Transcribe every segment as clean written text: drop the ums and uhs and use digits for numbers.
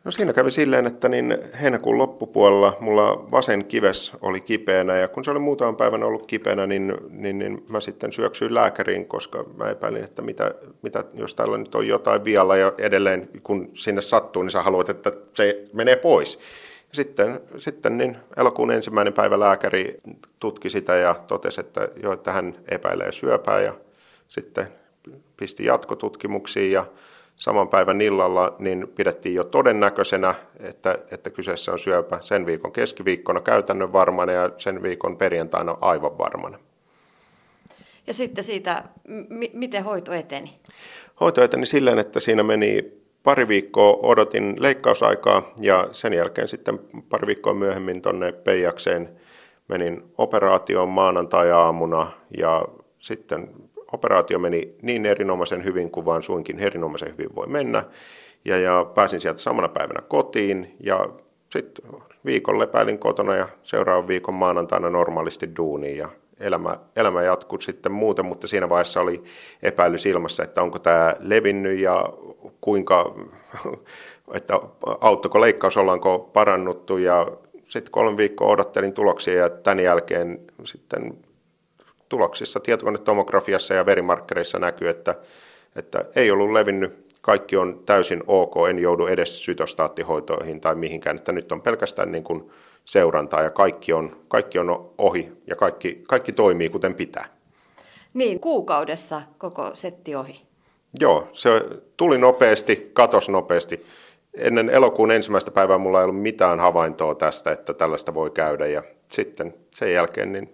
No siinä kävi silleen, että niin heinäkuun loppupuolella mulla vasen kives oli kipeänä ja kun se oli muutaman päivän ollut kipeänä, niin mä sitten syöksyin lääkäriin, koska mä epäilin, että mitä jos täällä nyt on jotain vialla ja edelleen kun sinne sattuu, niin sä haluat, että se menee pois. Sitten niin elokuun 1. päivä lääkäri tutki sitä ja totesi, että hän epäilee syöpää ja sitten pisti jatkotutkimuksiin ja saman päivän illalla niin pidettiin jo todennäköisenä, että kyseessä on syöpä sen viikon keskiviikkona käytännön varmana ja sen viikon perjantaina aivan varmana. Ja sitten siitä, miten hoito eteni? Hoito eteni silleen, että siinä meni pari viikkoa odotin leikkausaikaa ja sen jälkeen sitten pari viikkoa myöhemmin tuonne Peijakseen menin operaatioon maanantai-aamuna ja sitten operaatio meni niin erinomaisen hyvin kuin vaan suinkin erinomaisen hyvin voi mennä. Ja pääsin sieltä samana päivänä kotiin ja sitten viikon lepäilin kotona ja seuraavan viikon maanantaina normaalisti duuniin. Ja elämä jatkui sitten muuten, mutta siinä vaiheessa oli epäilys ilmassa, että onko tämä levinnyt ja kuinka, että auttoiko leikkaus, ollaanko parannuttu. Ja sitten 3 viikkoa odottelin tuloksia ja tämän jälkeen sitten tuloksissa tietokonetomografiassa ja verimarkkereissa näkyy, että ei ollut levinnyt, kaikki on täysin ok, en joudu edes sytostaattihoitoihin tai mihinkään, että nyt on pelkästään niin kuin seurantaa ja kaikki on ohi ja kaikki toimii kuten pitää. Niin, kuukaudessa koko setti ohi. Joo, se tuli nopeasti, katosi nopeasti. Ennen elokuun 1. päivää mulla ei ollut mitään havaintoa tästä, että tällaista voi käydä ja sitten sen jälkeen niin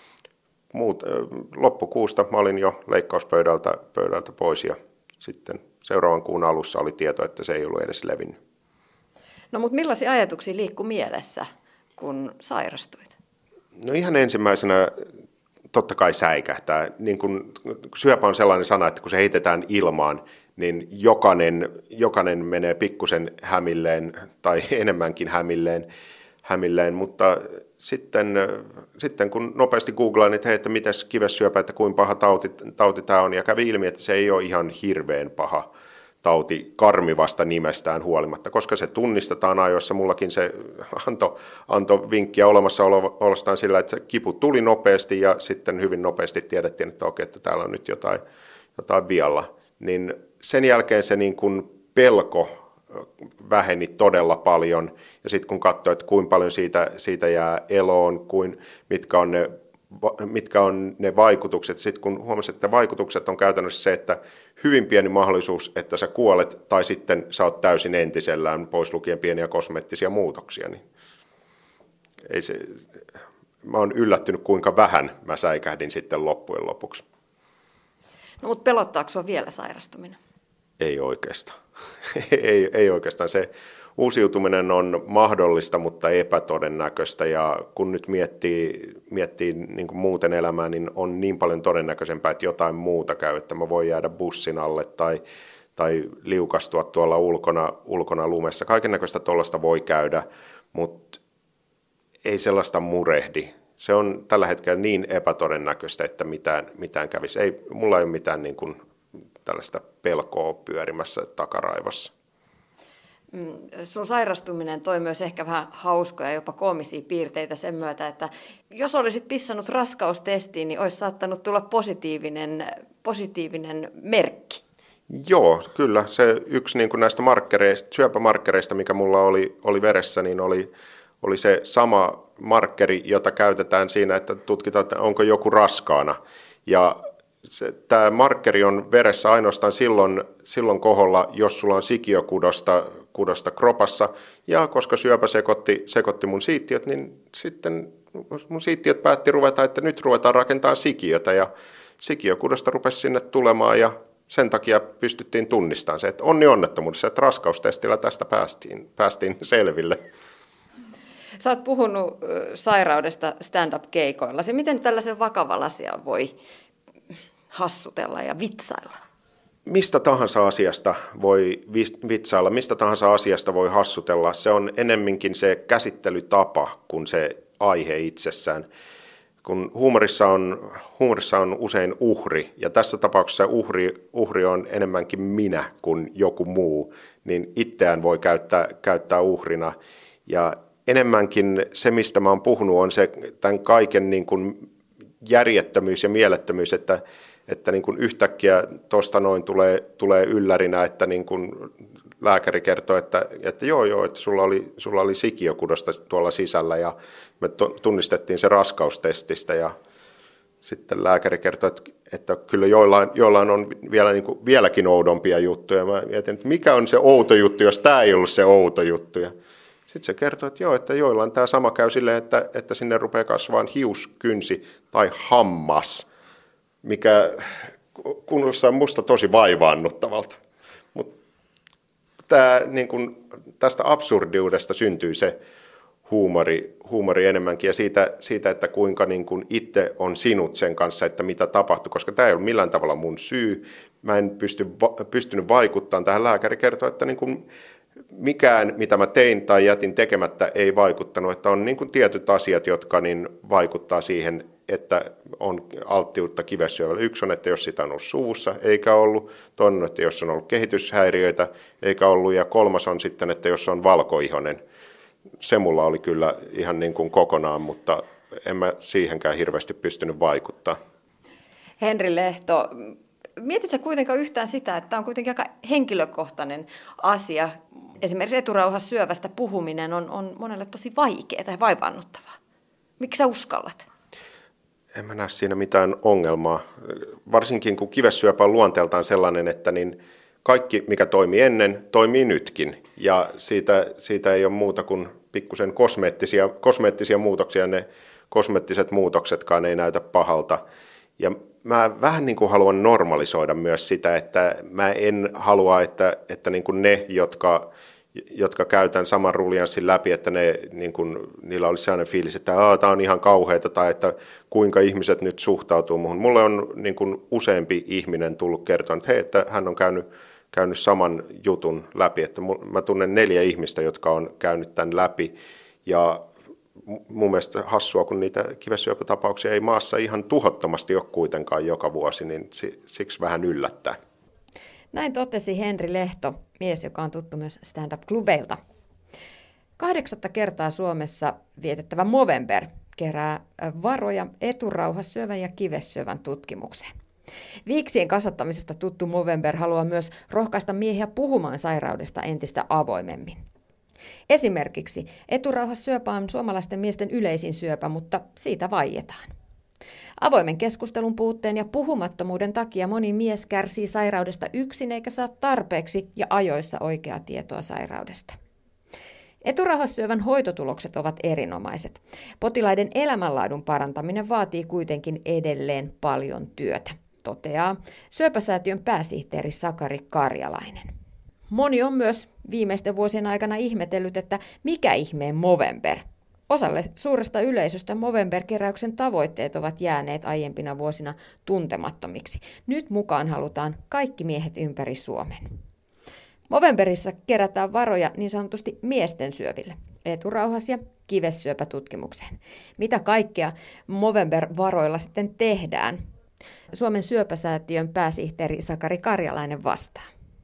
loppukuusta mä olin jo leikkauspöydältä pois ja sitten seuraavan kuun alussa oli tieto, että se ei ollut edes levinnyt. No mutta millaisia ajatuksia liikkui mielessä, kun sairastuit? No ihan ensimmäisenä totta kai säikähtää. Niin kun syöpä on sellainen sana, että kun se heitetään ilmaan, niin jokainen menee pikkusen hämilleen tai enemmänkin hämilleen, mutta sitten kun nopeasti googlain, että mitäs kivessyöpä, että kuinka paha tauti tämä on, ja kävi ilmi, että se ei ole ihan hirveän paha tauti karmivasta nimestään huolimatta, koska se tunnistetaan ajoissa. Mullakin se antoi vinkkiä olemassaolostaan sillä, että kipu tuli nopeasti ja sitten hyvin nopeasti tiedettiin, että okei, että täällä on nyt jotain vialla. Niin sen jälkeen se niin kuin pelko väheni todella paljon ja sitten kun katsoi, että kuinka paljon siitä jää eloon, mitkä on ne vaikutukset, sitten kun huomasin, että vaikutukset on käytännössä se, että hyvin pieni mahdollisuus, että sä kuolet tai sitten sä oot täysin entisellään, pois lukien pieniä kosmeettisia muutoksia, niin mä oon yllättynyt, kuinka vähän mä säikähdin sitten loppujen lopuksi. No mutta pelottaako se on vielä sairastuminen? Ei oikeastaan. ei oikeastaan. Se uusiutuminen on mahdollista, mutta epätodennäköistä. Ja kun nyt miettii niin kuin muuten elämää, niin on niin paljon todennäköisempää, että jotain muuta käy. Että mä voin jäädä bussin alle tai liukastua tuolla ulkona lumessa. Kaikennäköistä tuollaista voi käydä, mutta ei sellaista murehdi. Se on tällä hetkellä niin epätodennäköistä, että mitään kävisi. Mulla ei ole mitään niin kuin tällaista pelkoa pyörimässä takaraivossa. Sun sairastuminen toi myös ehkä vähän hauskoja, jopa koomisia piirteitä sen myötä, että jos olisit pissannut raskaustestiin, niin olisi saattanut tulla positiivinen merkki. Joo, kyllä. Se yksi niin kuin näistä syöpämarkkereista, mikä mulla oli veressä, niin oli se sama markkeri, jota käytetään siinä, että tutkitaan, että onko joku raskaana. Ja tämä markkeri on veressä ainoastaan silloin koholla, jos sulla on sikiökudosta kropassa. Ja koska syöpä sekoitti mun siittiöt, niin sitten mun siittiöt päätti ruveta, että nyt ruvetaan rakentamaan sikiötä. Ja sikiökudosta rupesi sinne tulemaan ja sen takia pystyttiin tunnistamaan se, että onnettomuudessa, että raskaustestillä tästä päästiin selville. Sä oot puhunut sairaudesta stand-up-keikoilla. Miten tällaisen vakavalla asialla voi hassutella ja vitsailla? Mistä tahansa asiasta voi vitsailla, mistä tahansa asiasta voi hassutella. Se on enemminkin se käsittelytapa kuin se aihe itsessään. kun huumorissa on usein uhri, ja tässä tapauksessa uhri on enemmänkin minä kuin joku muu, niin itseään voi käyttää uhrina. Ja enemmänkin se, mistä mä oon puhunut, on se tämän kaiken niin kuin järjettömyys ja mielettömyys, että niin kuin yhtäkkiä tuosta noin tulee yllärinä, että niin kuin lääkäri kertoi, että joo, että sulla oli sikiökudosta tuolla sisällä, ja me tunnistettiin se raskaustestistä, ja sitten lääkäri kertoi, että kyllä joillain on vieläkin oudompia juttuja. Mä mietin, että mikä on se outo juttu, jos tämä ei ollut se outo juttu. Ja sitten se kertoi, että joillain tämä sama käy silleen, että sinne rupeaa kasvamaan hiuskynsi tai hammas, mikä kuulostaa musta tosi vaivaannuttavalta. Mutta tästä absurdiudesta syntyy se huumori enemmänkin ja siitä, että kuinka niin kuin itse on sinut sen kanssa, että mitä tapahtui, koska tämä ei ole millään tavalla mun syy. Mä en pystynyt vaikuttamaan tähän. Lääkäri kertoi, että niin kuin mikään, mitä mä tein tai jätin tekemättä, ei vaikuttanut. Että on niin kuin tietyt asiat, jotka niin vaikuttaa siihen, että on alttiutta kivessyövälle. Yksi on, että jos sitä on ollut suvussa, eikä ollut. Toinen on, että jos on ollut kehityshäiriöitä, eikä ollut. Ja kolmas on sitten, että jos on valkoihonen. Se mulla oli kyllä ihan niin kuin kokonaan, mutta en mä siihenkään hirveästi pystynyt vaikuttaa. Henri Lehto, mietitkö kuitenkaan yhtään sitä, että tämä on kuitenkin aika henkilökohtainen asia? Esimerkiksi eturauhassyövästä puhuminen on monelle tosi vaikeaa tai vaivaannuttavaa. Miksi sä uskallat? En mä näe siinä mitään ongelmaa. Varsinkin kun kivessyöpä on luonteeltaan sellainen, että niin kaikki, mikä toimii ennen, toimii nytkin. Ja siitä ei ole muuta kuin pikkusen kosmeettisia muutoksia. Ne kosmeettiset muutoksetkaan ei näytä pahalta. Ja mä vähän niin kuin haluan normalisoida myös sitä, että mä en halua, että niin kuin ne, jotka käytän saman ruljanssin läpi, että niillä olisi sellainen fiilis, että tämä on ihan kauheata tai että kuinka ihmiset nyt suhtautuu muuhun. Mulle on niin kuin useampi ihminen tullut kertoa, että hei, että hän on käynyt saman jutun läpi. Että mä tunnen 4 ihmistä, jotka on käynyt tämän läpi ja mun mielestä hassua, kun niitä kivessyöpätapauksia ei maassa ihan tuhottomasti ole kuitenkaan joka vuosi, niin siksi vähän yllättää. Näin totesi Henri Lehto, mies, joka on tuttu myös stand-up-klubeilta. 8. kertaa Suomessa vietettävä Movember kerää varoja eturauhassyövän ja kivessyövän tutkimukseen. Viiksien kasvattamisesta tuttu Movember haluaa myös rohkaista miehiä puhumaan sairaudesta entistä avoimemmin. Esimerkiksi eturauhassyöpä on suomalaisten miesten yleisin syöpä, mutta siitä vaietaan. Avoimen keskustelun puutteen ja puhumattomuuden takia moni mies kärsii sairaudesta yksin eikä saa tarpeeksi ja ajoissa oikeaa tietoa sairaudesta. Eturauhassyövän hoitotulokset ovat erinomaiset. Potilaiden elämänlaadun parantaminen vaatii kuitenkin edelleen paljon työtä, toteaa Syöpäsäätiön pääsihteeri Sakari Karjalainen. Moni on myös viimeisten vuosien aikana ihmetellyt, että mikä ihmeen Movember? Osalle suuresta yleisöstä Movember-keräyksen tavoitteet ovat jääneet aiempina vuosina tuntemattomiksi. Nyt mukaan halutaan kaikki miehet ympäri Suomen. Movemberissa kerätään varoja niin sanotusti miesten syöville, eturauhas- ja kivessyöpätutkimukseen. Mitä kaikkea Movember-varoilla sitten tehdään? Suomen syöpäsäätiön pääsihteeri Sakari Karjalainen vastaa.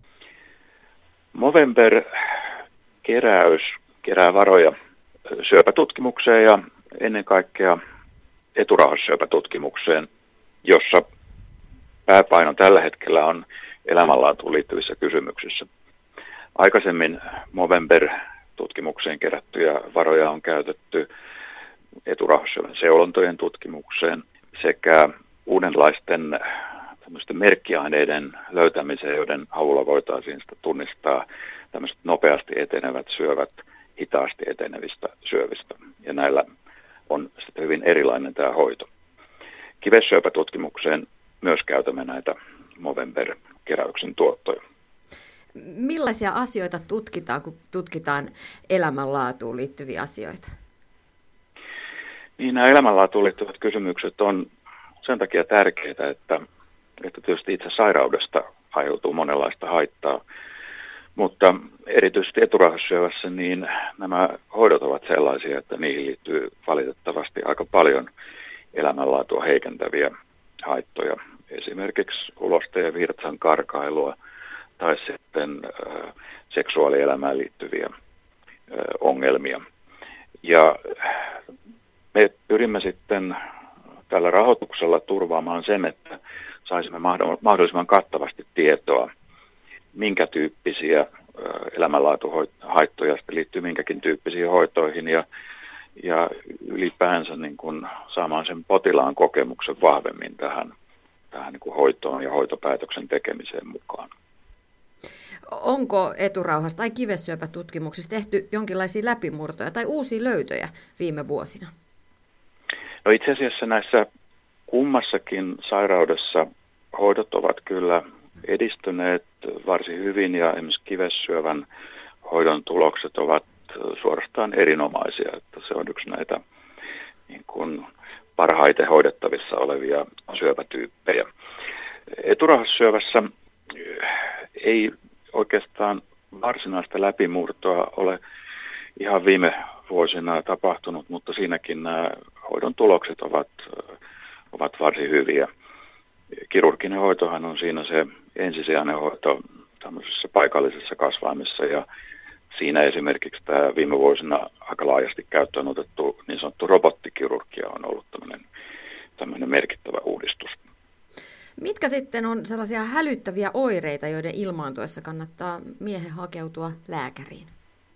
Movember-keräys kerää varoja syöpätutkimukseen ja ennen kaikkea eturauhassyöpätutkimukseen, jossa pääpaino tällä hetkellä on elämänlaatuun liittyvissä kysymyksissä. Aikaisemmin Movember-tutkimukseen kerättyjä varoja on käytetty eturauhassyövän seulontojen tutkimukseen sekä uudenlaisten merkkiaineiden löytämiseen, joiden avulla voitaisiin sitä tunnistaa tämmöiset nopeasti etenevät syövät hitaasti etenevistä syövistä. Ja näillä on sitten hyvin erilainen tämä hoito. Kivessyöpätutkimukseen myös käytämme näitä Movember-keräyksen tuottoja. Millaisia asioita tutkitaan, kun tutkitaan elämänlaatuun liittyviä asioita? Niin, nämä elämänlaatuun liittyvät kysymykset on sen takia tärkeitä, että tietysti itse sairaudesta aiheutuu monenlaista haittaa. Mutta erityisesti eturauhassyövässä niin nämä hoidot ovat sellaisia, että niihin liittyy valitettavasti aika paljon elämänlaatua heikentäviä haittoja, esimerkiksi uloste- ja virtsan karkailua tai sitten seksuaalielämään liittyviä ongelmia. Ja me pyrimme sitten tällä rahoituksella turvaamaan sen, että saisimme mahdollisimman kattavasti tietoa, minkä tyyppisiä elämänlaatuhaittoja liittyy minkäkin tyyppisiin hoitoihin ja ylipäänsä niin kuin saamaan sen potilaan kokemuksen vahvemmin tähän niin kuin hoitoon ja hoitopäätöksen tekemiseen mukaan. Onko eturauhasta tai kivessyöpätutkimuksissa tehty jonkinlaisia läpimurtoja tai uusia löytöjä viime vuosina? No itse asiassa näissä kummassakin sairaudessa hoidot ovat kyllä edistyneet varsin hyvin ja esimerkiksi kivessyövän hoidon tulokset ovat suorastaan erinomaisia. Että se on yksi näitä niin kuin parhaiten hoidettavissa olevia syöpätyyppejä. Eturauhassyövässä ei oikeastaan varsinaista läpimurtoa ole ihan viime vuosina tapahtunut, mutta siinäkin nämä hoidon tulokset ovat varsin hyviä. Kirurginen hoitohan on siinä se ensisijainen hoito tämmöisessä paikallisessa kasvaimessa ja siinä esimerkiksi tämä viime vuosina aika laajasti käyttöön otettu niin sanottu robottikirurgia on ollut tämmöinen merkittävä uudistus. Mitkä sitten on sellaisia hälyttäviä oireita, joiden ilmaantuessa kannattaa miehen hakeutua lääkäriin?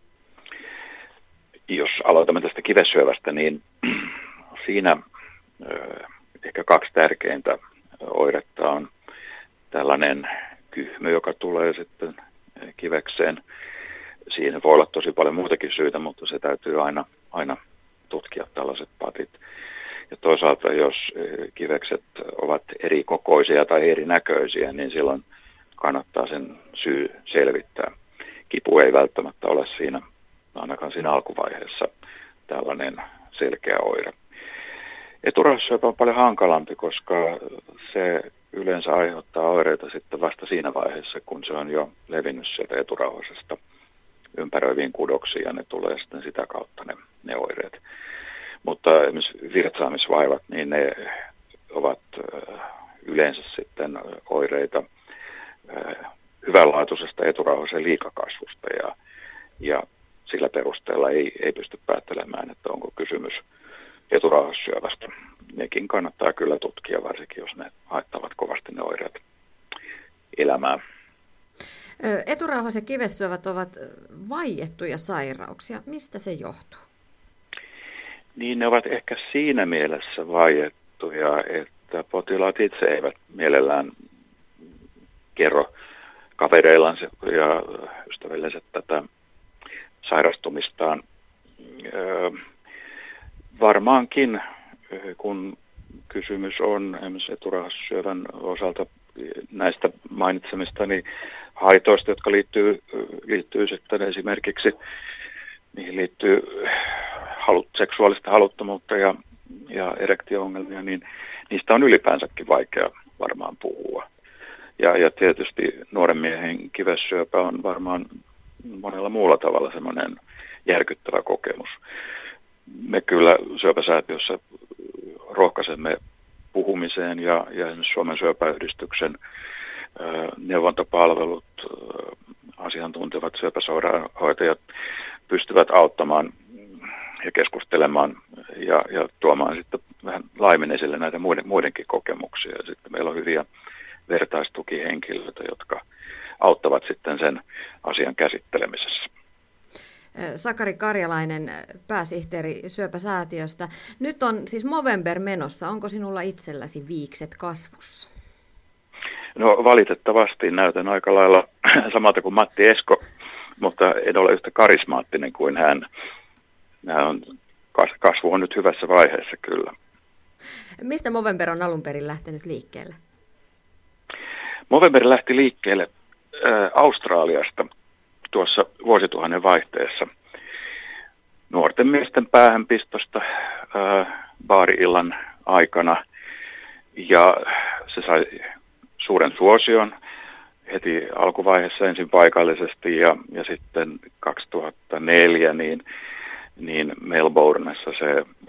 Jos aloitamme tästä kivessyövästä, niin siinä ehkä kaksi tärkeintä oiretta on tällainen kyhmy, joka tulee sitten kivekseen. Siinä voi olla tosi paljon muutakin syitä, mutta se täytyy aina tutkia tällaiset patit. Ja toisaalta, jos kivekset ovat eri kokoisia tai erinäköisiä, niin silloin kannattaa sen syy selvittää. Kipu ei välttämättä ole siinä, ainakaan siinä alkuvaiheessa, tällainen selkeä oire. Eturauhassyöpä on paljon hankalampi, koska se yleensä aiheuttaa oireita sitten vasta siinä vaiheessa, kun se on jo levinnyt sieltä eturauhasesta ympäröiviin kudoksiin ja ne tulee sitten sitä kautta ne oireet. Mutta esimerkiksi virtsaamisvaivat, niin ne ovat yleensä sitten oireita hyvänlaatuisesta eturauhasen liikakasvusta ja sillä perusteella ei pysty päättelemään, että onko kysymys eturauhassyövästä. Nekin kannattaa kyllä tutkia, varsinkin jos ne haittavat kovasti ne oireet elämää. Eturauhas ja kivessyövät ovat vaiettuja sairauksia. Mistä se johtuu? Niin ne ovat ehkä siinä mielessä vaiettuja, että potilaat itse eivät mielellään kerro kavereillansa ja ystävälliset tätä sairastumistaan. Varmaankin, kun kysymys on esimerkiksi eturauhassyövän osalta näistä mainitsemistani haitoista, jotka liittyy sitten esimerkiksi, niihin liittyy seksuaalista haluttomuutta ja erektio-ongelmia, niin niistä on ylipäänsäkin vaikea varmaan puhua. Ja tietysti nuoren miehen kivessyöpä on varmaan monella muulla tavalla semmoinen järkyttävä kokemus. Me kyllä Syöpäsäätiössä rohkaisemme puhumiseen ja Suomen syöpäyhdistyksen neuvontapalvelut, asiantuntevat syöpäsairaanhoitajat pystyvät auttamaan ja keskustelemaan ja tuomaan sitten vähän laajemmin esille näitä muidenkin kokemuksia. Ja sitten meillä on hyviä vertaistukihenkilöitä, jotka auttavat sitten sen asian käsittelemisessä. Sakari Karjalainen, pääsihteeri Syöpäsäätiöstä. Nyt on siis Movember menossa. Onko sinulla itselläsi viikset kasvussa? No valitettavasti näytän aika lailla samalta kuin Matti Esko, mutta en ole yhtä karismaattinen kuin hän. Kasvu on nyt hyvässä vaiheessa kyllä. Mistä Movember on alun perin lähtenyt liikkeelle? Movember lähti liikkeelle Australiasta tuossa vuosituhannen vaihteessa nuorten miesten päähänpistosta baari-illan aikana. Ja se sai suuren suosion heti alkuvaiheessa ensin paikallisesti ja sitten 2004 niin Melbournessa se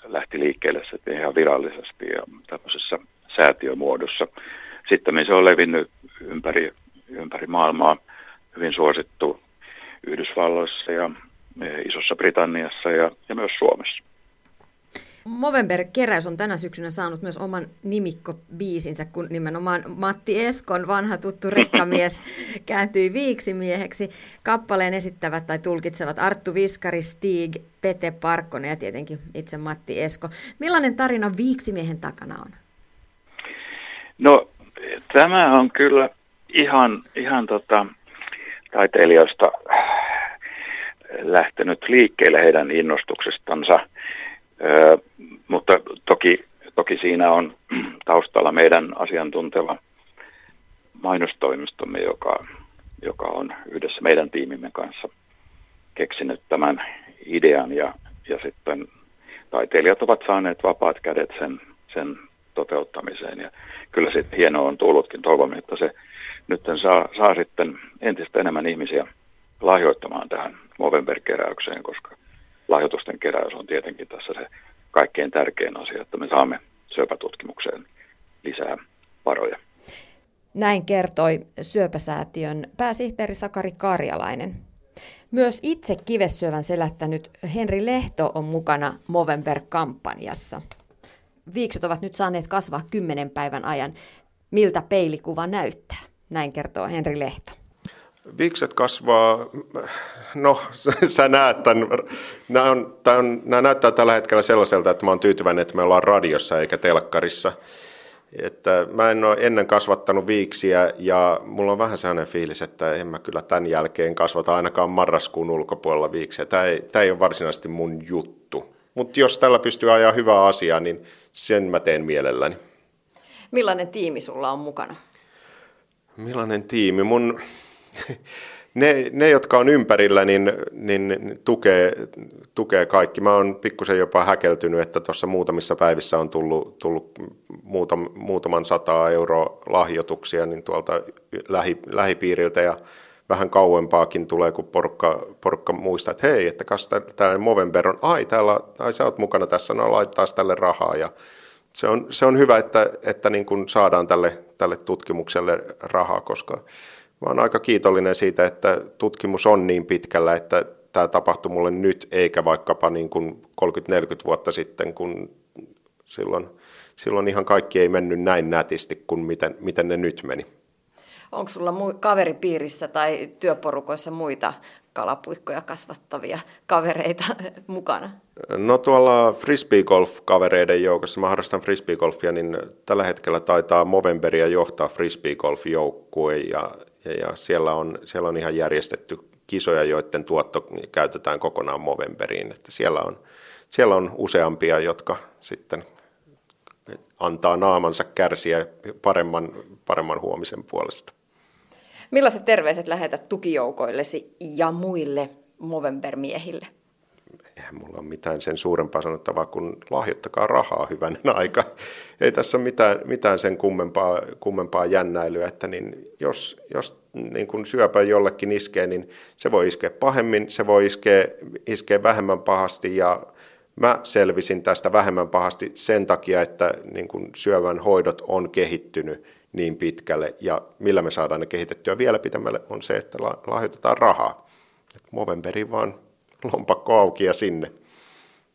lähti liikkeelle sitten ihan virallisesti ja tämmöisessä säätiömuodossa. Sitten se on levinnyt ympäri maailmaa, hyvin suosittu Yhdysvalloissa ja Isossa Britanniassa ja myös Suomessa. Movember-keräys on tänä syksynä saanut myös oman nimikkobiisinsä, kun nimenomaan Matti Eskon vanha tuttu rekkamies kääntyi viiksimieheksi. Kappaleen esittävät tai tulkitsevat Arttu Viskari, Stig, Pete Parkkonen ja tietenkin itse Matti Esko. Millainen tarina viiksimiehen takana on? No, tämä on kyllä ihan taiteilijoista lähtenyt liikkeelle heidän innostuksestansa. Mutta toki siinä on taustalla meidän asiantunteva mainostoimistomme, joka on yhdessä meidän tiimimme kanssa keksinyt tämän idean ja sitten taiteilijat ovat saaneet vapaat kädet sen toteuttamiseen ja kyllä sitten hienoa on tullutkin. Toivomme, että se nyt saa sitten entistä enemmän ihmisiä lahjoittamaan tähän Movember-keräykseen, koska lahjoitusten keräys on tietenkin tässä se kaikkein tärkein asia, että me saamme syöpätutkimukseen lisää varoja. Näin kertoi Syöpäsäätiön pääsihteeri Sakari Karjalainen. Myös itse kivessyövän selättänyt Henri Lehto on mukana Movember-kampanjassa. Viikset ovat nyt saaneet kasvaa 10 päivän ajan. Miltä peilikuva näyttää? Näin kertoo Henri Lehto. Viikset kasvaa, no sä näet nämä näyttää tällä hetkellä sellaiselta, että mä oon tyytyväinen, että me ollaan radiossa eikä telkkarissa. Että mä en ole ennen kasvattanut viiksiä ja mulla on vähän sellainen fiilis, että en mä kyllä tämän jälkeen kasvata ainakaan marraskuun ulkopuolella viiksiä. Tämä ei ole varsinaisesti mun juttu. Mutta jos tällä pystyy ajaa hyvää asiaa, niin sen mä teen mielelläni. Millainen tiimi sulla on mukana? Millainen tiimi? Ne, jotka on ympärillä, niin tukee kaikki. Mä oon pikkusen jopa häkeltynyt, että tuossa muutamissa päivissä on tullut muutaman 100 € lahjoituksia niin tuolta lähipiiriltä ja vähän kauempaakin tulee, kun porukka muistaa, että hei, että kas tällainen Movember on, sä oot mukana tässä, no laittaa tälle rahaa ja se on hyvä, että niin kuin saadaan tälle tutkimukselle rahaa, koska mä oon aika kiitollinen siitä, että tutkimus on niin pitkällä, että tämä tapahtui mulle nyt, eikä vaikkapa niin kuin 30-40 vuotta sitten, kun silloin ihan kaikki ei mennyt näin nätisti kuin miten ne nyt meni. Onko sulla kaveripiirissä tai työporukoissa muita kalapuikkoja kasvattavia kavereita mukana? No tuolla frisbeegolf-kavereiden joukossa, mä harrastan frisbeegolfia, niin tällä hetkellä taitaa Movemberia johtaa frisbeegolf-joukkue ja siellä on ihan järjestetty kisoja, joiden tuotto käytetään kokonaan Movemberiin. Että siellä on useampia, jotka sitten antaa naamansa kärsiä paremman huomisen puolesta. Millaiset terveiset lähetät tukijoukoillesi ja muille Movember-miehille? Eihän mulla ole mitään sen suurempaa sanottavaa kuin lahjoittakaa rahaa hyvänen aika. Ei tässä ole mitään sen kummempaa jännäilyä, että niin jos niin kun syöpä jollekin iskee, niin se voi iskeä pahemmin, se voi iskeä vähemmän pahasti ja mä selvisin tästä vähemmän pahasti sen takia, että niin kun syövän hoidot on kehittynyt niin pitkälle ja millä me saadaan ne kehitettyä vielä pitemmälle on se, että lahjoitetaan rahaa. Movemberiin vaan lompakko auki ja sinne.